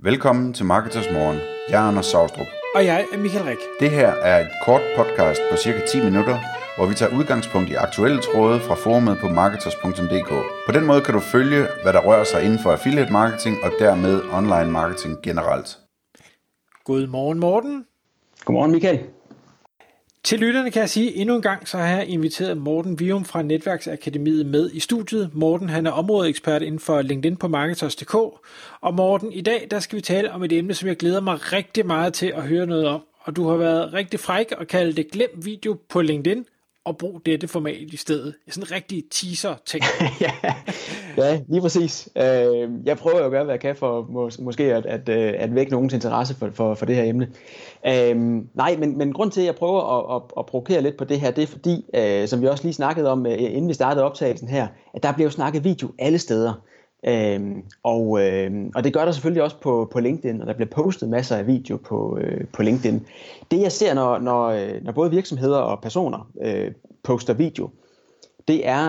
Velkommen til Marketers Morgen. Jeg er Anders Saustrup. Og jeg er Michael Rik. Det her er et kort podcast på cirka 10 minutter, hvor vi tager udgangspunkt i aktuelle tråde fra forumet på marketers.dk. På den måde kan du følge, hvad der rører sig inden for affiliate marketing og dermed online marketing generelt. Godmorgen, Morten. Godmorgen, Michael. Til lytterne kan jeg sige endnu en gang, så har jeg inviteret Morten Vium fra Netværksakademiet med i studiet. Morten, han er områdeekspert inden for LinkedIn på Marketers.dk. Og Morten, i dag der skal vi tale om et emne, som jeg glæder mig rigtig meget til at høre noget om. Og du har været rigtig fræk og kaldt det glem video på LinkedIn og brug dette format i stedet. Sådan en rigtig teaser-ting. Ja, lige præcis. Jeg prøver jo at gøre, hvad jeg kan for måske at vække nogens interesse for det her emne. Nej, men grund til, at jeg prøver at provokere lidt på det her, det er fordi, som vi også lige snakkede om, inden vi startede optagelsen her, at der bliver jo snakket video alle steder. Og det gør der selvfølgelig også på LinkedIn, og der bliver postet masser af video på LinkedIn. Det jeg ser, når både virksomheder og personer poster video, det er,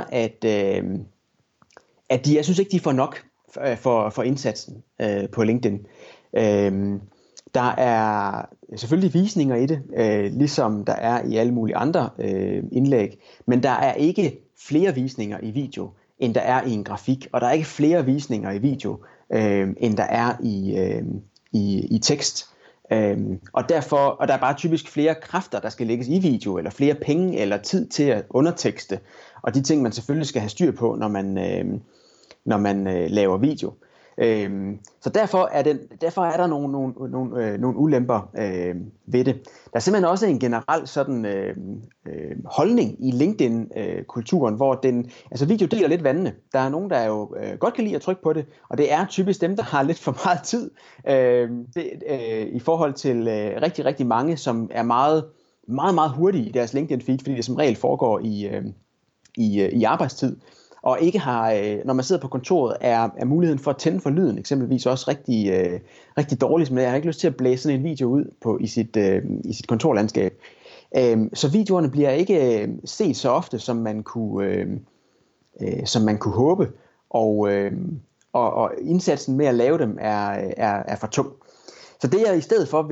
at jeg synes ikke, de får nok for indsatsen på LinkedIn. Der er selvfølgelig visninger i det, ligesom der er i alle mulige andre indlæg, men der er ikke flere visninger i video, end der er i en grafik, og der er ikke flere visninger i video, end der er i tekst. Og der er bare typisk flere kræfter, der skal lægges i video, eller flere penge eller tid til at undertekste, og de ting, man selvfølgelig skal have styr på, når man laver video. Så derfor er der nogle ulemper ved det. Der er simpelthen også en generel sådan holdning i LinkedIn-kulturen, hvor video deler lidt vandene. Der er nogen, der jo godt kan lide at trykke på det, og det er typisk dem, der har lidt for meget tid i forhold til rigtig, rigtig mange, som er meget, meget, meget hurtige i deres LinkedIn-feed, fordi det som regel foregår i arbejdstid. Og ikke har, når man sidder på kontoret, er muligheden for at tænde for lyden eksempelvis også rigtig dårlig. Men jeg har ikke lyst til at blæse sådan en video ud i sit kontorlandskab. Så videoerne bliver ikke set så ofte, som man kunne håbe. Og indsatsen med at lave dem er for tung. Så det jeg i stedet for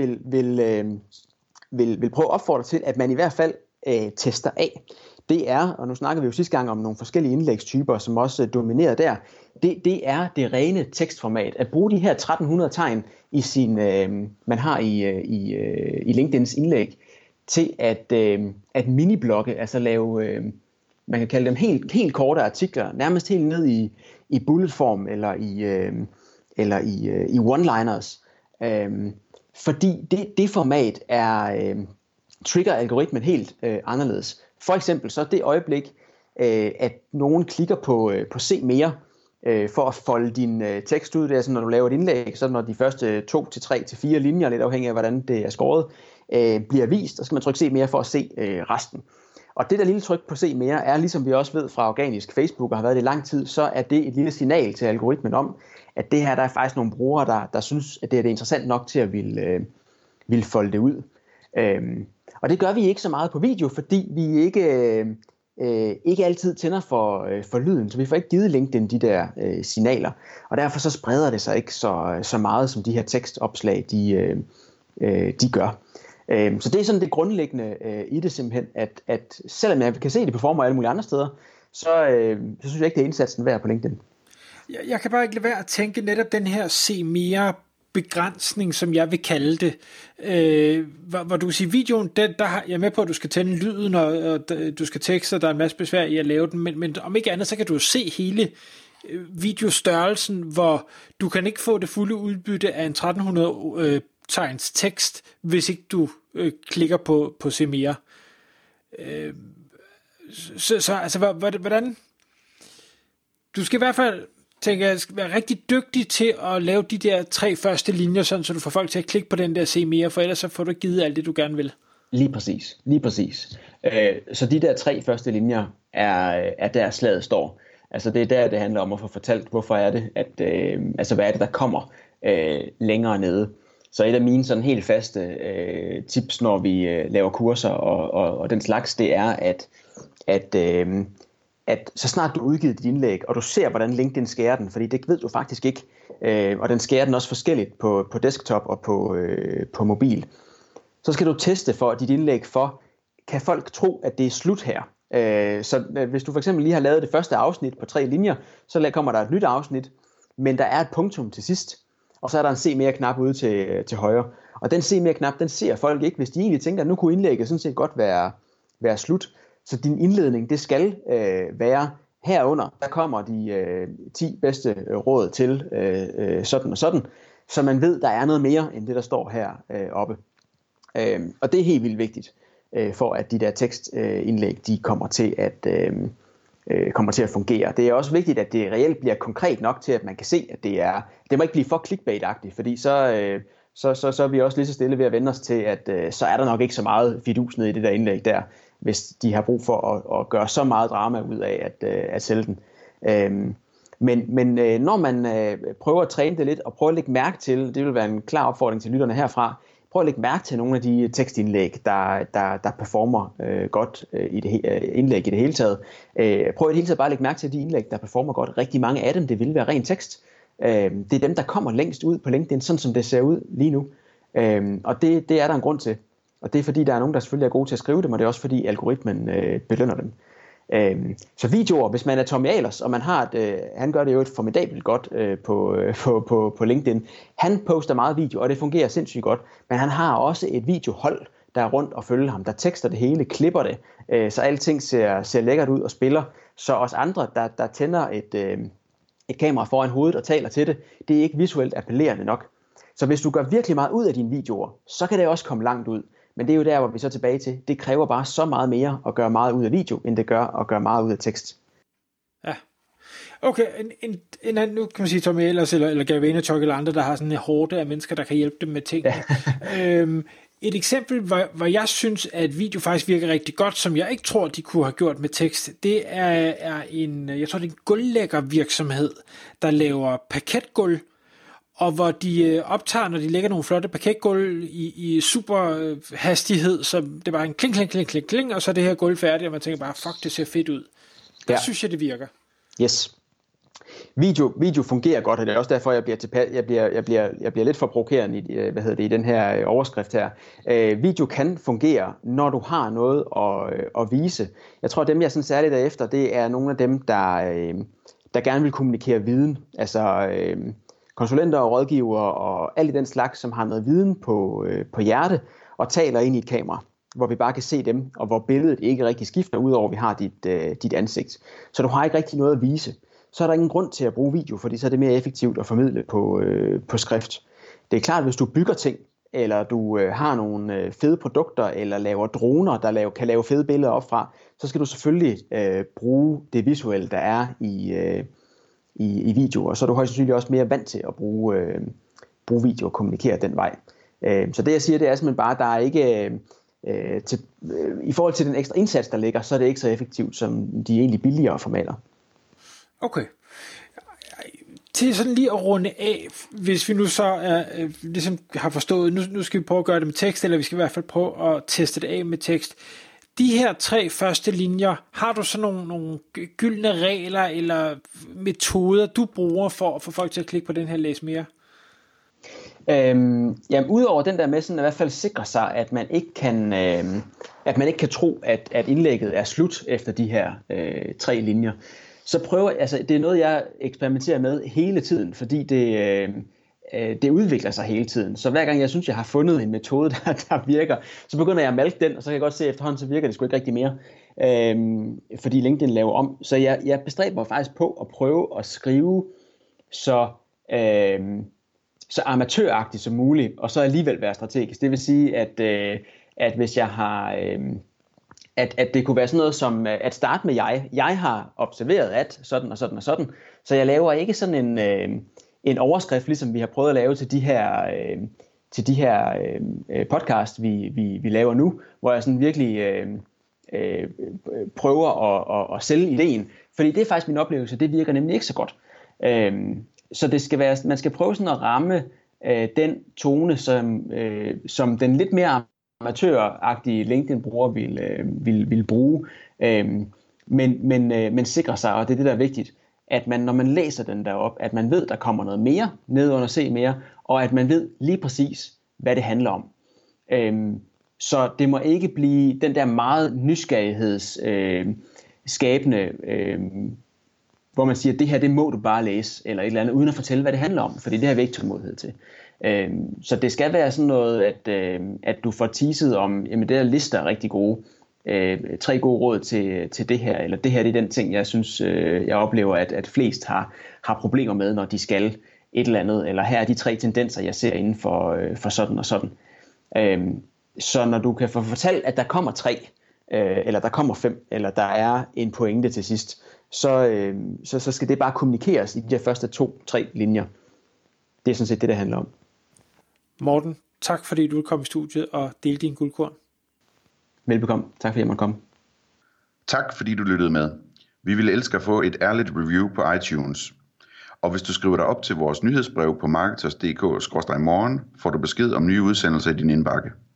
vil prøve at opfordre til, at man i hvert fald tester af. Det er, og nu snakker vi jo sidste gang om nogle forskellige indlægstyper, som også dominerer der, det er det rene tekstformat. At bruge de her 1300 tegn man har i LinkedIns indlæg, til at miniblogge, altså lave, man kan kalde dem helt korte artikler, nærmest helt ned i bulletform eller i one-liners. Fordi det format trigger algoritmen helt anderledes. For eksempel så det øjeblik, at nogen klikker på se mere, for at folde din tekst ud, det er sådan, når du laver et indlæg, så når de første 2 til 3 til 4 linjer, lidt afhængig af hvordan det er skåret, bliver vist, så skal man trykke se mere for at se resten. Og det der lille tryk på se mere, er ligesom vi også ved fra organisk Facebook, og har været det i lang tid, så er det et lille signal til algoritmen om, at det her, der er faktisk nogle brugere, der synes, at det er interessant nok til at ville folde det ud. Og det gør vi ikke så meget på video, fordi vi ikke altid tænder for lyden, så vi får ikke givet LinkedIn de der signaler. Og derfor så spreder det sig ikke så meget, som de her tekstopslag de gør. Så det er sådan det grundlæggende i det simpelthen, at selvom jeg kan se det på form og alle mulige andre steder, så synes jeg ikke, det er indsatsen værd på LinkedIn. Jeg kan bare ikke lade være at tænke netop den her se mere begrænsning, som jeg vil kalde det, hvor du kan sige, videoen, jeg er med på, at du skal tænde lyden, og du skal tekste, og der er en masse besvær i at lave den, men om ikke andet, så kan du se hele videostørrelsen, hvor du kan ikke få det fulde udbytte af en 1300 tegns tekst, hvis ikke du klikker på se mere. Så altså, hvordan? Du skal i hvert fald tænker jeg, skal være rigtig dygtig til at lave de der 3 første linjer, sådan, så du får folk til at klikke på den der se mere, for ellers så får du givet alt det, du gerne vil. Lige præcis. Så de der 3 første linjer er der slaget står. Altså det er der, det handler om at få fortalt, hvorfor er det, altså hvad er det, der kommer længere nede. Så et af mine sådan helt faste tips, når vi laver kurser og den slags, det er, at så snart du udgiver dit indlæg, og du ser, hvordan LinkedIn skærer den, fordi det ved du faktisk ikke, og den skærer den også forskelligt på desktop og på mobil. Så skal du teste for dit indlæg for, kan folk tro, at det er slut her? Så hvis du for eksempel lige har lavet det første afsnit på 3 linjer, så kommer der et nyt afsnit, men der er et punktum til sidst, og så er der en se mere knap ude til højre. Og den se mere knap, den ser folk ikke, hvis de egentlig tænker, at nu kunne indlægget sådan set godt være slut. Så din indledning, det skal være herunder, der kommer de 10 bedste råd til sådan og sådan, så man ved, der er noget mere end det, der står her oppe. Og det er helt vildt vigtigt, for at de der tekstindlæg, de kommer til at fungere. Det er også vigtigt, at det reelt bliver konkret nok til, at man kan se, at det må ikke blive for clickbait-agtigt, fordi så er vi også lige så stille ved at vende os til, at så er der nok ikke så meget fidus nede i det der indlæg der, hvis de har brug for at gøre så meget drama ud af at sælge den. Men når man prøver at træne det lidt, og prøver at lægge mærke til, det vil være en klar opfordring til lytterne herfra, prøv at lægge mærke til nogle af de tekstindlæg, der performer godt indlæg i det hele taget. Prøv i det hele taget bare at lægge mærke til de indlæg, der performer godt. Rigtig mange af dem, det vil være ren tekst. Det er dem, der kommer længst ud på LinkedIn, sådan som det ser ud lige nu. Og det er der en grund til. Og det er fordi, der er nogen, der selvfølgelig er gode til at skrive dem, og det er også fordi, algoritmen belønner dem. Så videoer, hvis man er Tommy Ahlers, og man har han gør det jo et formidabelt godt på LinkedIn. Han poster meget video, og det fungerer sindssygt godt. Men han har også et videohold, der er rundt og følger ham, der tekster det hele, klipper det, så alting ser lækkert ud og spiller. Så os andre, der tænder et kamera foran hovedet og taler til det, det er ikke visuelt appellerende nok. Så hvis du gør virkelig meget ud af dine videoer, så kan det også komme langt ud. Men det er jo der, hvor vi så er tilbage til. Det kræver bare så meget mere at gøre meget ud af video, end det gør at gøre meget ud af tekst. Ja. Okay, en anden, nu kan man sige Tommy Ahlers eller Gary Vaynerchuk eller andre, der har sådan en hårde af mennesker, der kan hjælpe dem med ting. Ja. Et eksempel, hvor jeg synes, at video faktisk virker rigtig godt, som jeg ikke tror, de kunne have gjort med tekst, det er jeg tror, det er en gulvlægger virksomhed, der laver parketgulv, og hvor de optager, når de lægger nogle flotte parketgulv i super hastighed, så det var en kling, kling, kling, kling, kling, og så er det her gulv færdigt, og man tænker bare, fuck, det ser fedt ud. Der synes jeg, det virker. Yes. Video fungerer godt, og det er også derfor, jeg bliver lidt for provokerende i den her overskrift her. Video kan fungere, når du har noget at vise. Jeg tror, dem jeg sådan særligt derefter, det er nogle af dem, der gerne vil kommunikere viden. Altså konsulenter og rådgivere og alt i den slags, som har noget viden på hjerte og taler ind i et kamera, hvor vi bare kan se dem, og hvor billedet ikke rigtig skifter, udover at vi har dit ansigt. Så du har ikke rigtig noget at vise. Så er der ingen grund til at bruge video, fordi så er det mere effektivt at formidle på skrift. Det er klart, at hvis du bygger ting, eller du har nogle fede produkter, eller laver droner, der kan lave fede billeder op fra, så skal du selvfølgelig bruge det visuelle, der er i video, og så er du højst sandsynligt også mere vant til at bruge video og kommunikere den vej. Så det jeg siger, det er simpelthen bare, der er ikke i forhold til den ekstra indsats, der ligger, så er det ikke så effektivt som de egentlig billigere formater. Okay. Til sådan lige at runde af, hvis vi nu så ligesom har forstået, nu skal vi prøve at gøre det med tekst, eller vi skal i hvert fald prøve at teste det af med tekst. De her 3 første linjer, har du så nogle gyldne regler eller metoder, du bruger for at få folk til at klikke på den her læs mere? Jamen, udover den der med sådan at i hvert fald sikre sig, at man ikke kan tro, at indlægget er slut efter de her 3 linjer, så det er noget, jeg eksperimenterer med hele tiden, fordi det udvikler sig hele tiden. Så hver gang jeg synes, jeg har fundet en metode, der virker, så begynder jeg at malke den, og så kan jeg godt se, at efterhånden så virker det sgu ikke rigtig mere, fordi LinkedIn laver om. Så jeg bestræber mig faktisk på at prøve at skrive så amatøragtigt som muligt, og så alligevel være strategisk. Det vil sige, at hvis jeg har... At det kunne være sådan noget som at starte med jeg har observeret at sådan og sådan og sådan, så jeg laver ikke sådan en overskrift, ligesom vi har prøvet at lave til de her podcast, vi laver nu, hvor jeg sådan virkelig prøver at sælge ideen, fordi det er faktisk min oplevelse, det virker nemlig ikke så godt. Så det skal være, man skal prøve sådan at ramme den tone, som den lidt mere amatøragtige LinkedIn-bruger vil bruge, men sikre sig, og det er det, der er vigtigt, at man, når man læser den derop, at man ved, der kommer noget mere ned under se mere, og at man ved lige præcis, hvad det handler om. Så det må ikke blive den der meget nysgerrighedsskabende, hvor man siger, det her, det må du bare læse, eller et eller andet, uden at fortælle, hvad det handler om, fordi det har vi ikke tålmodighed til. Så det skal være sådan noget, at du får teaset om, jamen det der liste er rigtig gode, 3 gode råd til det her, eller det her det er den ting, jeg synes, jeg oplever, at flest har problemer med, når de skal et eller andet, eller her er de 3 tendenser, jeg ser inden for sådan og sådan. Så når du kan få fortalt, at der kommer 3, eller der kommer 5, eller der er en pointe til sidst, så skal det bare kommunikeres i de første 2-3 linjer. Det er sådan set det handler om. Morten, tak fordi du kom i studiet og delte din guldkorn. Velbekomme. Tak fordi jeg måtte komme. Tak fordi du lyttede med. Vi ville elske at få et ærligt review på iTunes. Og hvis du skriver dig op til vores nyhedsbrev på marketers.dk/morgen, får du besked om nye udsendelser i din indbakke.